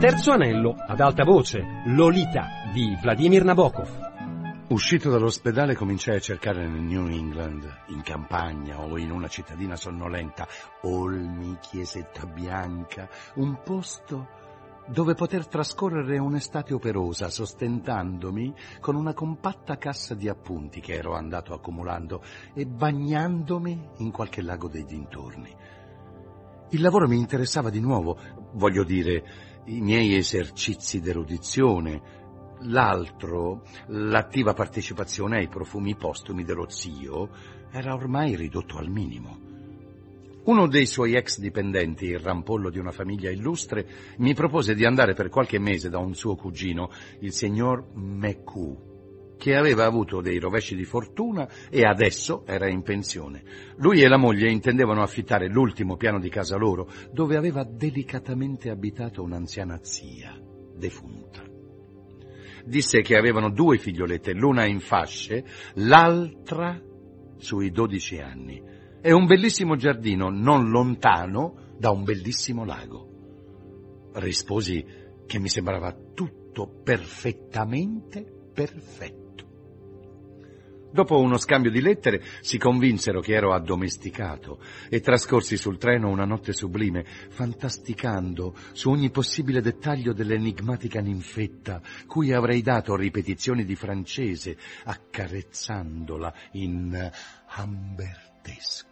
Terzo anello, ad alta voce, Lolita, di Vladimir Nabokov. Uscito dall'ospedale cominciai a cercare nel New England, in campagna o in una cittadina sonnolenta, olmi, chiesetta bianca, un posto dove poter trascorrere un'estate operosa, sostentandomi con una compatta cassa di appunti che ero andato accumulando e bagnandomi in qualche lago dei dintorni. Il lavoro mi interessava di nuovo, voglio dire, i miei esercizi d'erudizione. L'altro, l'attiva partecipazione ai profumi postumi dello zio, era ormai ridotto al minimo. Uno dei suoi ex dipendenti, il rampollo di una famiglia illustre, mi propose di andare per qualche mese da un suo cugino, il signor McCoo, che aveva avuto dei rovesci di fortuna e adesso era in pensione. Lui e la moglie intendevano affittare l'ultimo piano di casa loro, dove aveva delicatamente abitato un'anziana zia, defunta. Disse che avevano 2 figliolette, l'una in fasce, l'altra sui 12 anni, e un bellissimo giardino non lontano da un bellissimo lago. Risposi che mi sembrava tutto perfettamente perfetto. Dopo uno scambio di lettere si convinsero che ero addomesticato e trascorsi sul treno una notte sublime, fantasticando su ogni possibile dettaglio dell'enigmatica ninfetta, cui avrei dato ripetizioni di francese, accarezzandola in ambertesco.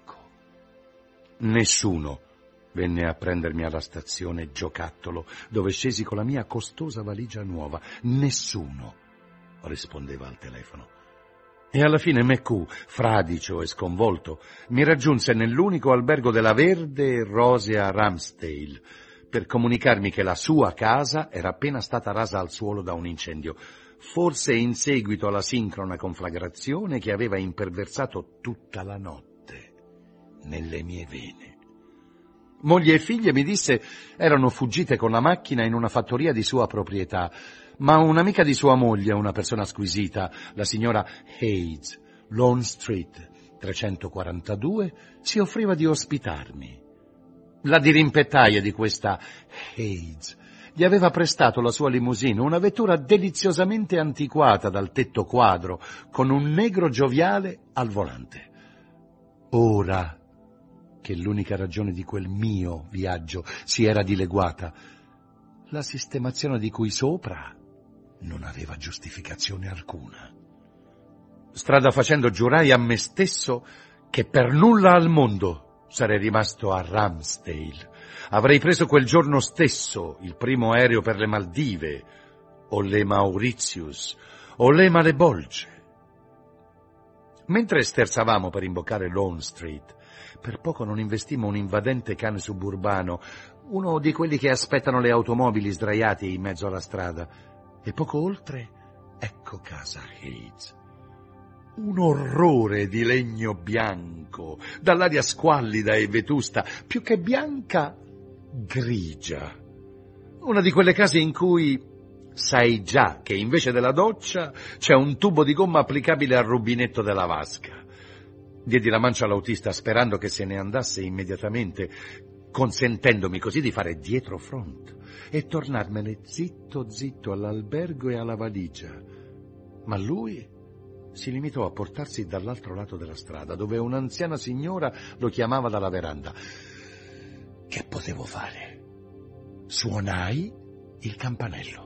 Nessuno venne a prendermi alla stazione Giocattolo, dove scesi con la mia costosa valigia nuova. Nessuno rispondeva al telefono. E alla fine McCoo, fradicio e sconvolto, mi raggiunse nell'unico albergo della verde e rosea Ramsdale per comunicarmi che la sua casa era appena stata rasa al suolo da un incendio, forse in seguito alla sincrona conflagrazione che aveva imperversato tutta la notte nelle mie vene. Moglie e figlie, mi disse, erano fuggite con la macchina in una fattoria di sua proprietà, ma un'amica di sua moglie, una persona squisita, la signora Hayes, Lawn Street 342, si offriva di ospitarmi. La dirimpettaia di questa Hayes gli aveva prestato la sua limousine, una vettura deliziosamente antiquata dal tetto quadro, con un negro gioviale al volante. Ora che l'unica ragione di quel mio viaggio si era dileguata, la sistemazione di cui sopra non aveva giustificazione alcuna. Strada facendo giurai a me stesso che per nulla al mondo sarei rimasto a Ramsdale. Avrei preso quel giorno stesso il primo aereo per le Maldive, o le Mauritius, o le Malebolge. Mentre sterzavamo per imboccare Lawn Street, per poco non investimmo un invadente cane suburbano, uno di quelli che aspettano le automobili sdraiati in mezzo alla strada. E poco oltre, ecco casa Hayes. Un orrore di legno bianco, dall'aria squallida e vetusta, più che bianca, grigia. Una di quelle case in cui sai già che invece della doccia c'è un tubo di gomma applicabile al rubinetto della vasca. Diedi la mancia all'autista sperando che se ne andasse immediatamente, consentendomi così di fare dietro front e tornarmene zitto zitto all'albergo e alla valigia. Ma lui si limitò a portarsi dall'altro lato della strada, dove un'anziana signora lo chiamava dalla veranda. Che potevo fare? Suonai il campanello.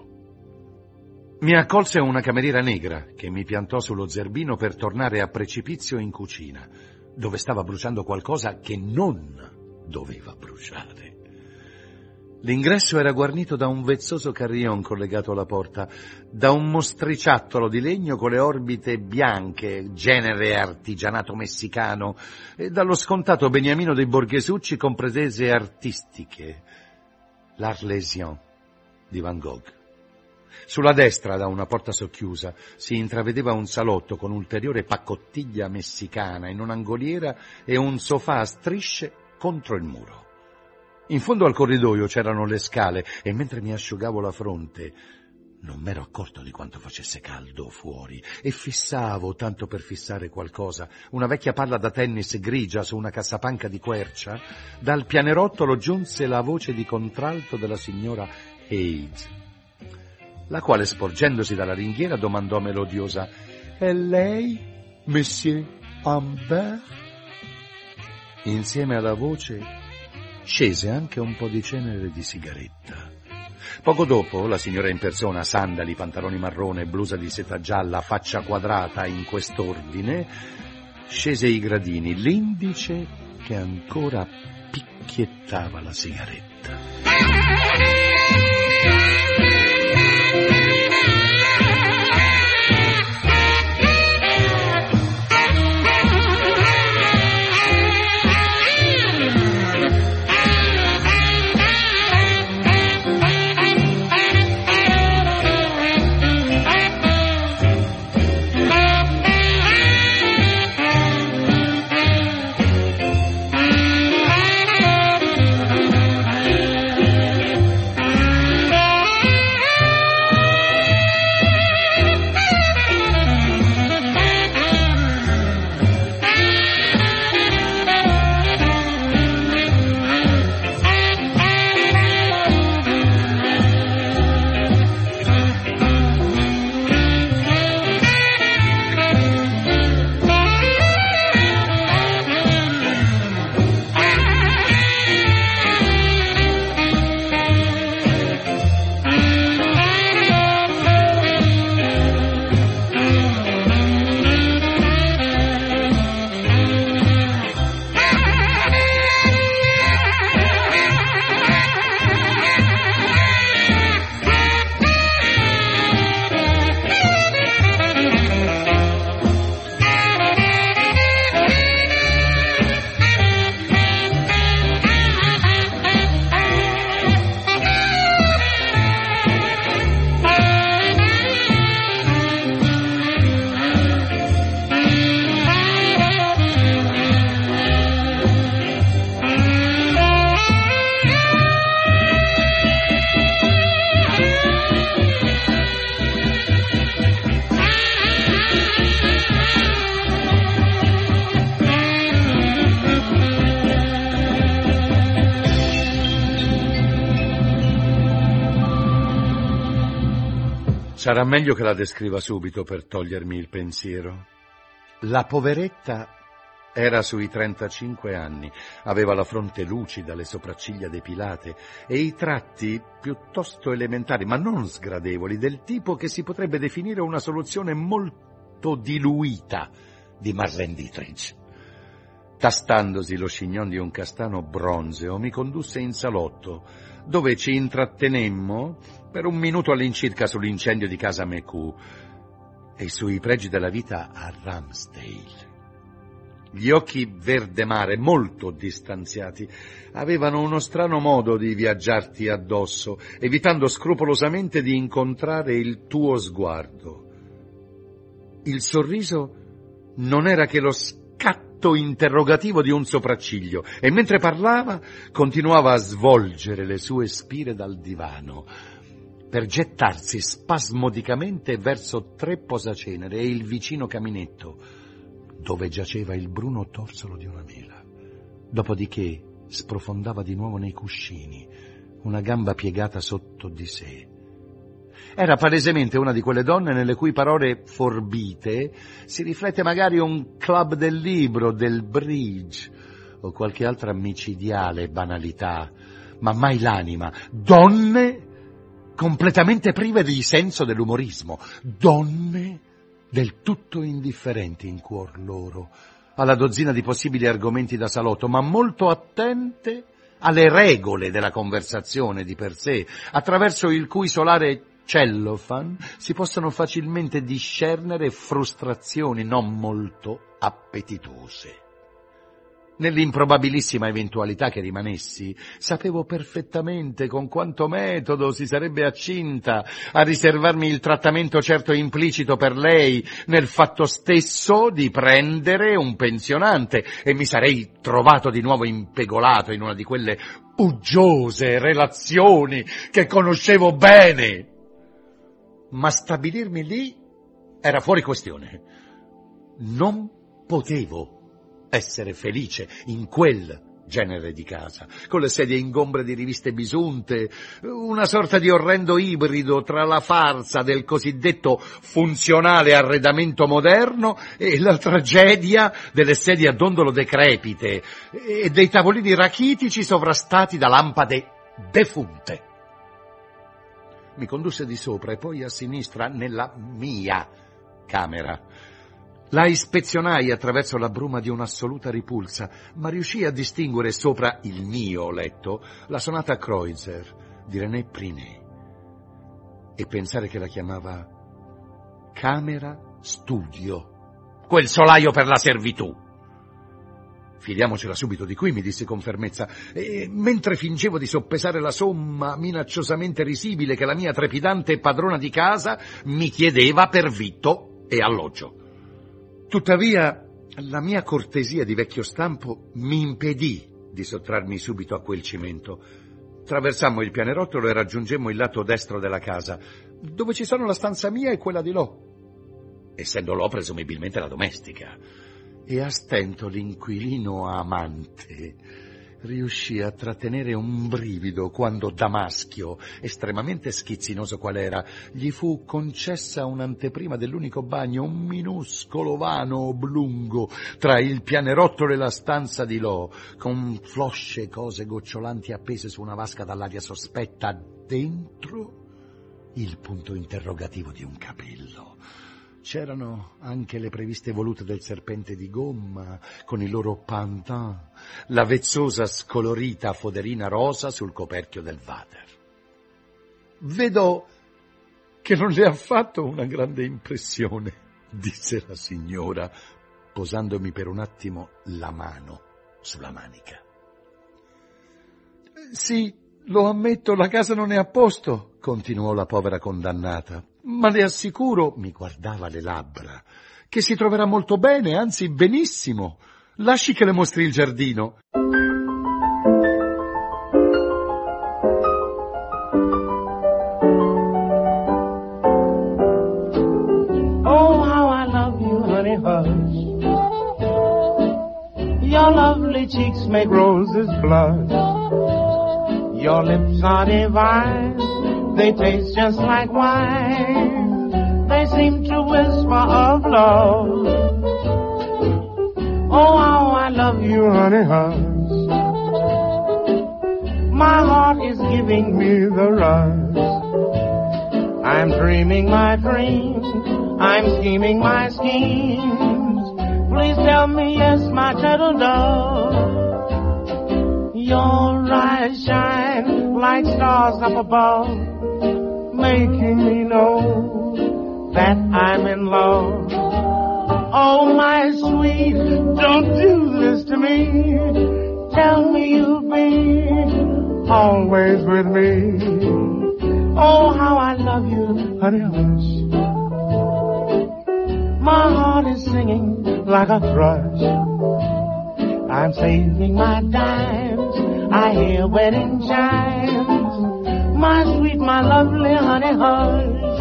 Mi accolse una cameriera negra che mi piantò sullo zerbino per tornare a precipizio in cucina, dove stava bruciando qualcosa che non doveva bruciare. L'ingresso era guarnito da un vezzoso carillon collegato alla porta, da un mostriciattolo di legno con le orbite bianche, genere artigianato messicano, e dallo scontato beniamino dei borghesucci con pretese artistiche, l'Arlésian di Van Gogh. Sulla destra, da una porta socchiusa, si intravedeva un salotto con ulteriore paccottiglia messicana in un'angoliera e un sofà a strisce contro il muro. In fondo al corridoio c'erano le scale e mentre mi asciugavo la fronte non m'ero accorto di quanto facesse caldo fuori e fissavo, tanto per fissare qualcosa, una vecchia palla da tennis grigia su una cassapanca di quercia. Dal pianerottolo giunse la voce di contralto della signora Hayes, la quale, sporgendosi dalla ringhiera, domandò melodiosa: «E lei, Monsieur Humbert?» Insieme alla voce scese anche un po' di cenere di sigaretta. Poco dopo, la signora in persona, sandali, pantaloni marrone, blusa di seta gialla, faccia quadrata in quest'ordine, scese i gradini, l'indice che ancora picchiettava la sigaretta. Sarà meglio che la descriva subito per togliermi il pensiero. La poveretta era sui 35 anni, aveva la fronte lucida, le sopracciglia depilate e i tratti piuttosto elementari, ma non sgradevoli, del tipo che si potrebbe definire una soluzione molto diluita di Marlene Dietrich. Tastandosi lo scignon di un castano bronzeo, mi condusse in salotto, dove ci intrattenemmo per un minuto all'incirca sull'incendio di casa McHugh e sui pregi della vita a Ramsdale. Gli occhi verde mare, molto distanziati, avevano uno strano modo di viaggiarti addosso, evitando scrupolosamente di incontrare il tuo sguardo. Il sorriso non era che lo scatto interrogativo di un sopracciglio, e mentre parlava continuava a svolgere le sue spire dal divano, per gettarsi spasmodicamente verso 3 posacenere e il vicino caminetto, dove giaceva il bruno torsolo di una mela. Dopodiché sprofondava di nuovo nei cuscini, una gamba piegata sotto di sé. Era palesemente una di quelle donne nelle cui parole forbite si riflette magari un club del libro, del bridge o qualche altra micidiale banalità, ma mai l'anima. Donne completamente prive di senso dell'umorismo, donne del tutto indifferenti in cuor loro alla dozzina di possibili argomenti da salotto, ma molto attente alle regole della conversazione di per sé, attraverso il cui solare cellophane si possono facilmente discernere frustrazioni non molto appetitose. Nell'improbabilissima eventualità che rimanessi, sapevo perfettamente con quanto metodo si sarebbe accinta a riservarmi il trattamento certo implicito per lei nel fatto stesso di prendere un pensionante, e mi sarei trovato di nuovo impegolato in una di quelle uggiose relazioni che conoscevo bene. Ma stabilirmi lì era fuori questione. Non potevo essere felice in quel genere di casa, con le sedie ingombre di riviste bisunte, una sorta di orrendo ibrido tra la farsa del cosiddetto funzionale arredamento moderno e la tragedia delle sedie a dondolo decrepite e dei tavolini rachitici sovrastati da lampade defunte. Mi condusse di sopra e poi a sinistra nella mia camera. La ispezionai attraverso la bruma di un'assoluta ripulsa, ma riuscii a distinguere sopra il mio letto la sonata Kreutzer di René Priné e pensare che la chiamava camera studio, quel solaio per la servitù. Fidiamocela subito di qui, mi disse con fermezza, e mentre fingevo di soppesare la somma minacciosamente risibile che la mia trepidante padrona di casa mi chiedeva per vitto e alloggio. Tuttavia, la mia cortesia di vecchio stampo mi impedì di sottrarmi subito a quel cimento. Traversammo il pianerottolo e raggiungemmo il lato destro della casa, dove ci sono la stanza mia e quella di Lo, essendo Lo presumibilmente la domestica. E a stento l'inquilino amante riuscì a trattenere un brivido quando Damaschio, estremamente schizzinoso qual era, gli fu concessa un'anteprima dell'unico bagno, un minuscolo vano oblungo tra il pianerottolo e la stanza di Lo, con flosce cose gocciolanti appese su una vasca dall'aria sospetta, dentro il punto interrogativo di un capello. C'erano anche le previste volute del serpente di gomma, con i loro pantin, la vezzosa scolorita foderina rosa sul coperchio del water. Vedo che non le ha fatto una grande impressione, disse la signora, posandomi per un attimo la mano sulla manica. Sì, lo ammetto, la casa non è a posto, continuò la povera condannata. Ma le assicuro, mi guardava le labbra, che si troverà molto bene, anzi benissimo. Lasci che le mostri il giardino. Oh, how I love you, honey, hush. Your lovely cheeks make roses blush. Your lips are divine. They taste just like wine. They seem to whisper of love. Oh, how I love you, honey, hush. My heart is giving me the rush. I'm dreaming my dreams. I'm scheming my schemes. Please tell me yes, my gentle dove. Your eyes shine like stars up above, making me know that I'm in love. Oh, my sweet, don't do this to me. Tell me you'll be always with me. Oh, how I love you, honey, hush. My heart is singing like a thrush. I'm saving my dimes. I hear wedding chimes. My sweet, my lovely honey, hush.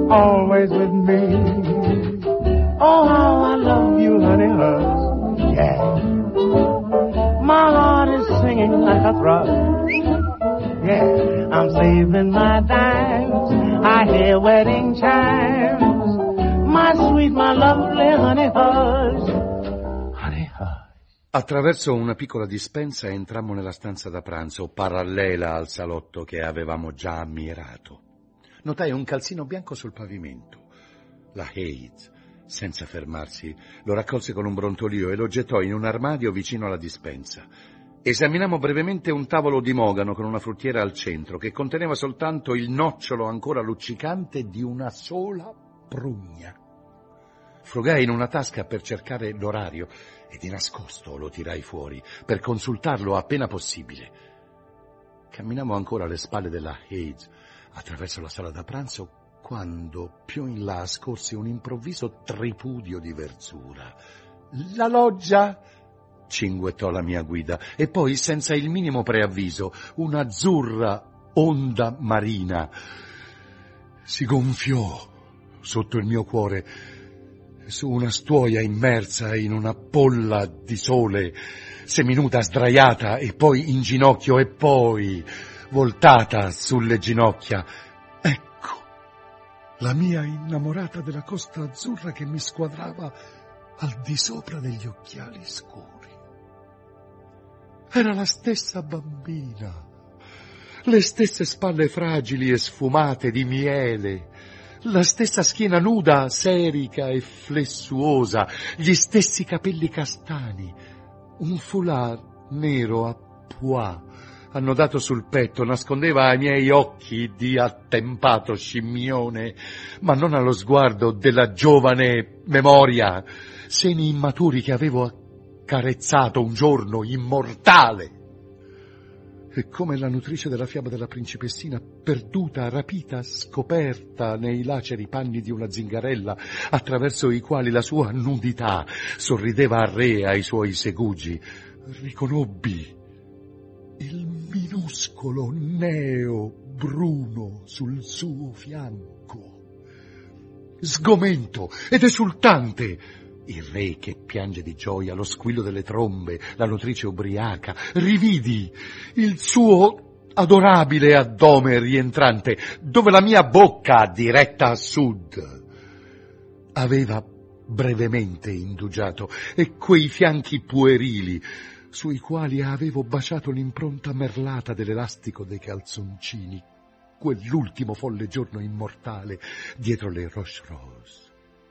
always with me. Oh, how I love you, honey hush, yeah. My heart is singing like a thrush, yeah. I'm saving my dimes, I hear wedding chimes. My sweet, my lovely honey hush, honey hush. Attraverso una piccola dispensa entrammo nella stanza da pranzo, parallela al salotto che avevamo già ammirato. Notai un calzino bianco sul pavimento. La Hayes, senza fermarsi, lo raccolse con un brontolio e lo gettò in un armadio vicino alla dispensa. Esaminammo brevemente un tavolo di mogano con una fruttiera al centro, che conteneva soltanto il nocciolo ancora luccicante di una sola prugna. Frugai in una tasca per cercare l'orario e di nascosto lo tirai fuori per consultarlo appena possibile. Camminavo ancora alle spalle della Hayes attraverso la sala da pranzo quando più in là scorsi un improvviso tripudio di verzura. «La loggia!» cinguettò la mia guida, e poi, senza il minimo preavviso, un'azzurra onda marina si gonfiò sotto il mio cuore, su una stuoia immersa in una polla di sole, seminuda, sdraiata, e poi in ginocchio, e poi voltata sulle ginocchia. Ecco, la mia innamorata della costa azzurra che mi squadrava al di sopra degli occhiali scuri. Era la stessa bambina, le stesse spalle fragili e sfumate di miele, la stessa schiena nuda, serica e flessuosa, gli stessi capelli castani, un foulard nero a pois annodato sul petto nascondeva ai miei occhi di attempato scimmione, ma non allo sguardo della giovane memoria, seni immaturi che avevo carezzato un giorno immortale. E come la nutrice della fiaba della principessina, perduta, rapita, scoperta nei laceri panni di una zingarella, attraverso i quali la sua nudità sorrideva al re e ai suoi segugi, riconobbi il minuscolo neo bruno sul suo fianco. Sgomento ed esultante, il re che piange di gioia, lo squillo delle trombe, la nutrice ubriaca, rividi il suo adorabile addome rientrante, dove la mia bocca, diretta a sud, aveva brevemente indugiato, e quei fianchi puerili sui quali avevo baciato l'impronta merlata dell'elastico dei calzoncini, quell'ultimo folle giorno immortale dietro le Roche Rose.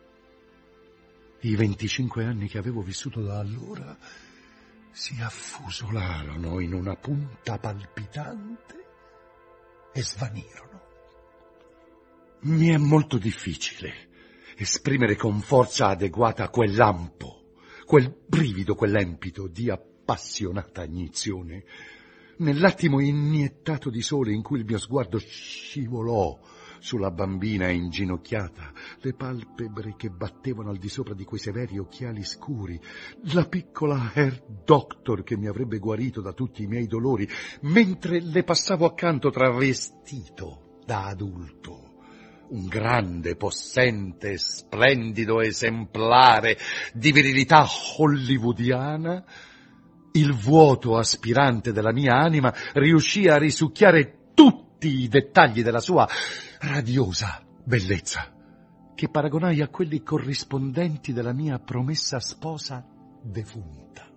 I 25 anni che avevo vissuto da allora si affusolarono in una punta palpitante e svanirono. Mi è molto difficile esprimere con forza adeguata quel lampo, quel brivido, quell'empito di appassionata agnizione. Nell'attimo iniettato di sole in cui il mio sguardo scivolò sulla bambina inginocchiata, le palpebre che battevano al di sopra di quei severi occhiali scuri, la piccola Herr Doctor che mi avrebbe guarito da tutti i miei dolori, mentre le passavo accanto travestito da adulto, un grande, possente, splendido esemplare di virilità hollywoodiana, il vuoto aspirante della mia anima riuscì a risucchiare tutti i dettagli della sua radiosa bellezza, che paragonai a quelli corrispondenti della mia promessa sposa defunta.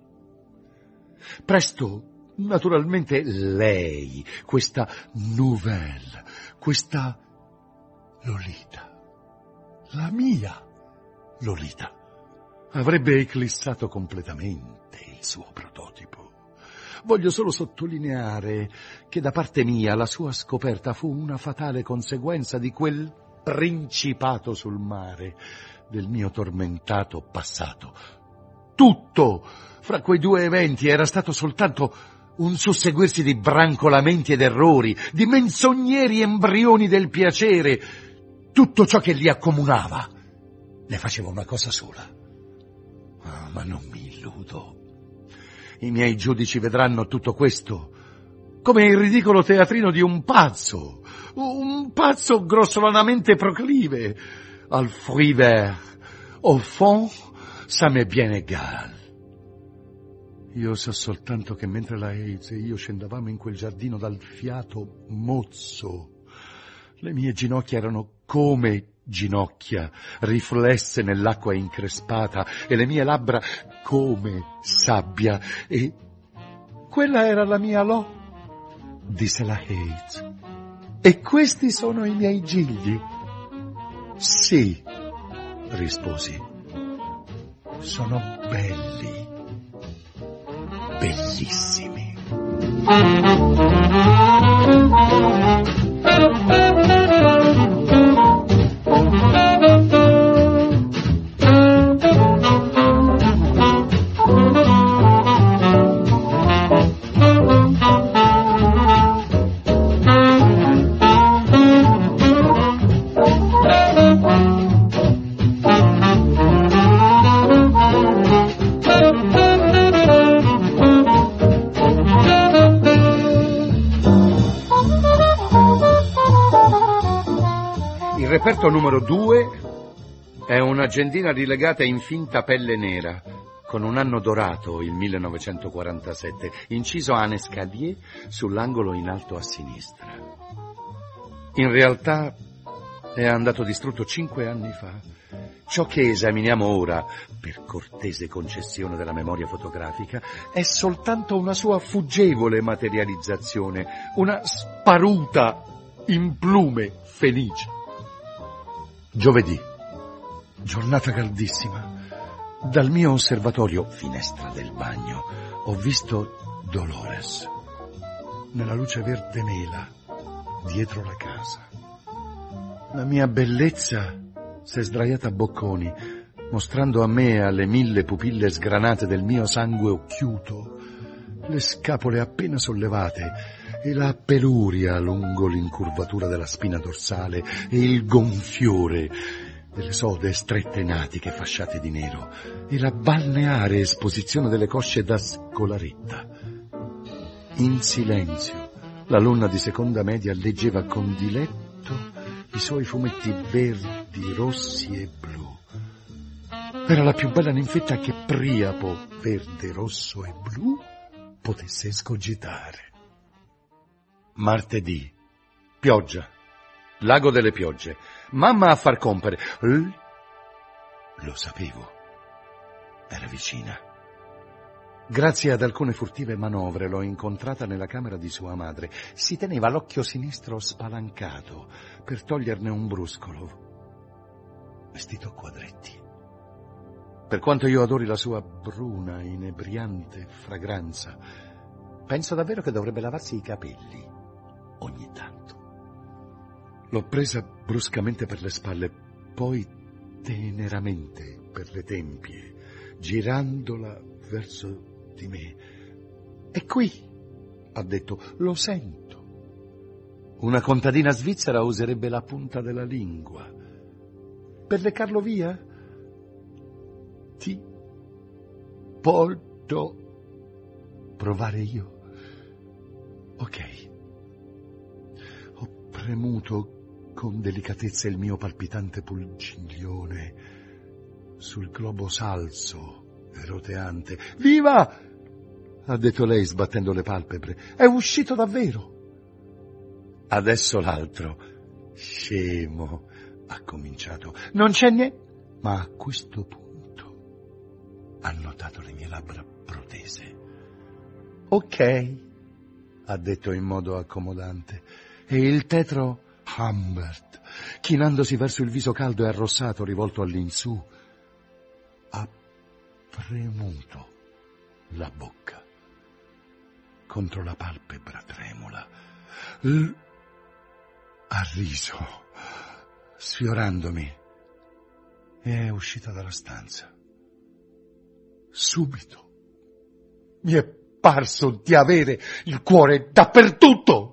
Presto, naturalmente, lei, questa nouvelle, questa Lolita, la mia Lolita, avrebbe eclissato completamente il suo prototipo. Voglio solo sottolineare che da parte mia la sua scoperta fu una fatale conseguenza di quel principato sul mare del mio tormentato passato. Tutto fra quei due eventi era stato soltanto un susseguirsi di brancolamenti ed errori, di menzogneri embrioni del piacere. Tutto ciò che li accomunava ne faceva una cosa sola. Ma non mi illudo. I miei giudici vedranno tutto questo come il ridicolo teatrino di un pazzo grossolanamente proclive al fruit vert. Au fond, ça m'est bien égal. Io so soltanto che mentre la Hayes e io scendavamo in quel giardino dal fiato mozzo, le mie ginocchia erano come ginocchia riflesse nell'acqua increspata e le mie labbra come sabbia, e quella era la mia Lo, disse la Hayes. E questi sono i miei gigli? Sì, risposi. Sono belli, bellissimi. Il reperto numero 2 è un'agendina rilegata in finta pelle nera, con un anno dorato, il 1947, inciso en escalier sull'angolo in alto a sinistra. In realtà è andato distrutto 5 anni fa. Ciò che esaminiamo ora, per cortese concessione della memoria fotografica, è soltanto una sua fuggevole materializzazione, una sparuta in plume felice. Giovedì, giornata caldissima. Dal mio osservatorio, finestra del bagno, ho visto Dolores nella luce verde mela dietro la casa. La mia bellezza s'è sdraiata a bocconi, mostrando a me e alle 1000 pupille sgranate del mio sangue occhiuto, le scapole appena sollevate e la peluria lungo l'incurvatura della spina dorsale e il gonfiore delle sode strette natiche fasciate di nero e la balneare esposizione delle cosce da scolaretta. In silenzio, l'alunna di seconda media leggeva con diletto i suoi fumetti verdi, rossi e blu. Era la più bella ninfetta che Priapo, verde, rosso e blu, potesse escogitare. Martedì, pioggia, lago delle piogge, mamma a far compere. Lo sapevo, era vicina. Grazie ad alcune furtive manovre l'ho incontrata nella camera di sua madre. Si teneva l'occhio sinistro spalancato per toglierne un bruscolo, vestito a quadretti. Per quanto io adori la sua bruna, inebriante fragranza, penso davvero che dovrebbe lavarsi i capelli ogni tanto. L'ho presa bruscamente per le spalle, poi teneramente per le tempie, girandola verso di me. «È qui», ha detto, «lo sento». Una contadina svizzera userebbe la punta della lingua. «Per recarlo via? Ti posso provare io?» Ok. Ho premuto con delicatezza il mio palpitante pulciglione sul globo salso e roteante. «Viva!» ha detto lei sbattendo le palpebre. «È uscito davvero!» Adesso l'altro, scemo, ha cominciato. «Non c'è niente!» Ma a questo punto ha notato le mie labbra protese. «Ok», ha detto in modo accomodante, e il tetro Humbert, chinandosi verso il viso caldo e arrossato rivolto all'insù, ha premuto la bocca contro la palpebra tremula. Ha riso, sfiorandomi, e è uscita dalla stanza. Subito mi è parso di avere il cuore dappertutto.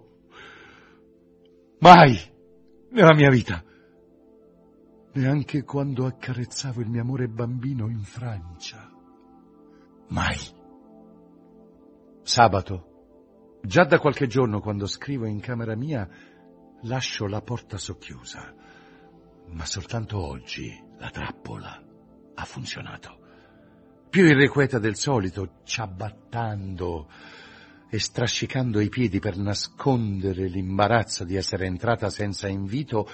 Mai nella mia vita, neanche quando accarezzavo il mio amore bambino in Francia. Mai. Sabato, Già da qualche giorno, quando scrivo in camera mia, lascio la porta socchiusa. Ma soltanto oggi la trappola ha funzionato. Più irrequieta del solito, ciabattando e strascicando i piedi per nascondere l'imbarazzo di essere entrata senza invito,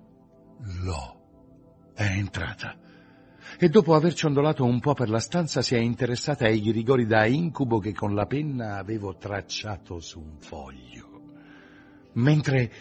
è entrata. E dopo aver ciondolato un po' per la stanza si è interessata ai ghirigori da incubo che con la penna avevo tracciato su un foglio. Mentre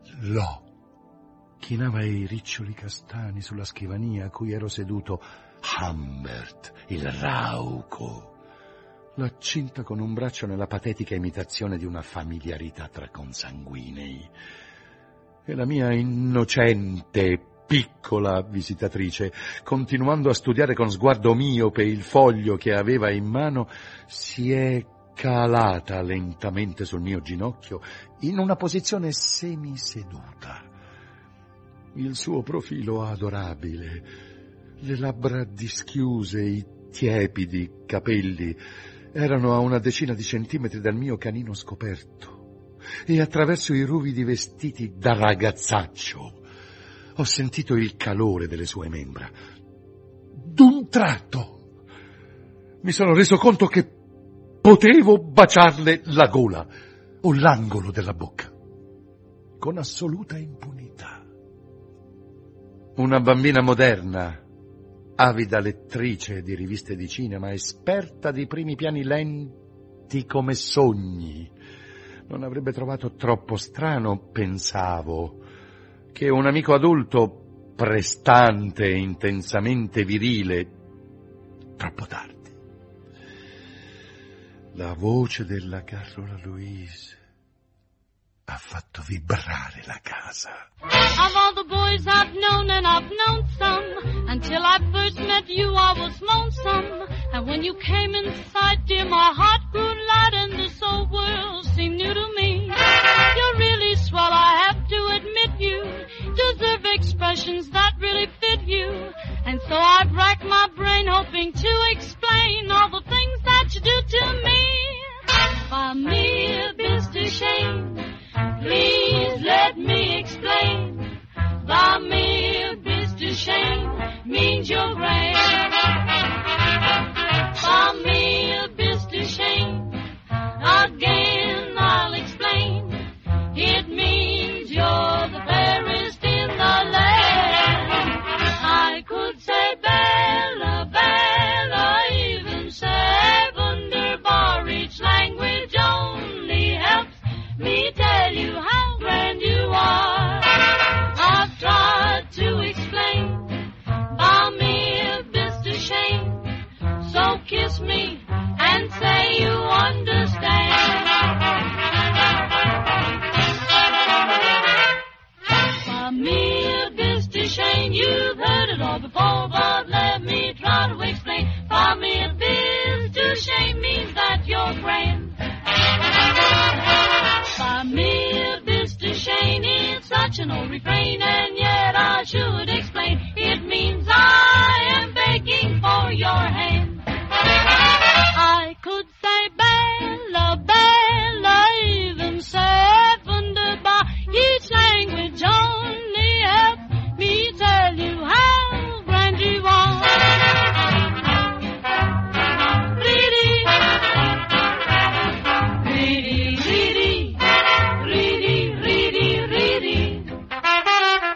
chinava i riccioli castani sulla scrivania a cui ero seduto, Humbert, il rauco, l'accinta con un braccio nella patetica imitazione di una familiarità tra consanguinei. E la mia innocente, piccola visitatrice, continuando a studiare con sguardo miope il foglio che aveva in mano, si è calata lentamente sul mio ginocchio in una posizione semiseduta. Il suo profilo adorabile, le labbra dischiuse, i tiepidi capelli erano a una decina di centimetri dal mio canino scoperto e attraverso i ruvidi vestiti da ragazzaccio ho sentito il calore delle sue membra. D'un tratto mi sono reso conto che potevo baciarle la gola o l'angolo della bocca con assoluta impunità. Una bambina moderna, avida lettrice di riviste di cinema, esperta di primi piani lenti come sogni, non avrebbe trovato troppo strano, pensavo, che un amico adulto, prestante e intensamente virile, troppo tardi. La voce della Carola Louise ha fatto vibrare la casa. Of all the boys I've known, and I've known some, until I first met you I was lonesome. And when you came in sight, dear, my heart grew light, and this old world seemed new to me. You're really swell, I have to admit you deserve expressions that really fit you. And so I've racked my brain hoping to explain all the things that you do to me. By me, Mr. Shane, please let me explain. By me, Mr. Shane, means you're great. By me, Mr. Shane, again I'll explain. It means you're the fairest in the land. I could say Bella, Bella, even say wunderbar. Each language only helps me tell you how grand you are. I've tried to explain. By me, Mr. Shane, so kiss me and say you understand. By me, Mr. Shane, you've heard it all before, but let me try to explain. By me, Mr. Shane means that you're grand. By me, Mr. Shane, it's such an old refrain, and yet I should explain. It means I am begging for your hand. I could say Bella, Bella, even say wunderbar. Each language only helps me tell you how grand you are. Reedy, reedy, reedy, reedy, reedy, reedy.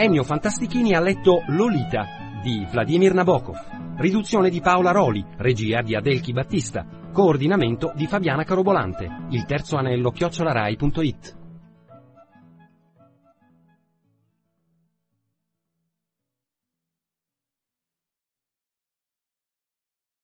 Ennio Fantastichini ha letto Lolita di Vladimir Nabokov, riduzione di Paola Roli, regia di Adelchi Battista, coordinamento di Fabiana Carobolante, il terzo anello @rai.it.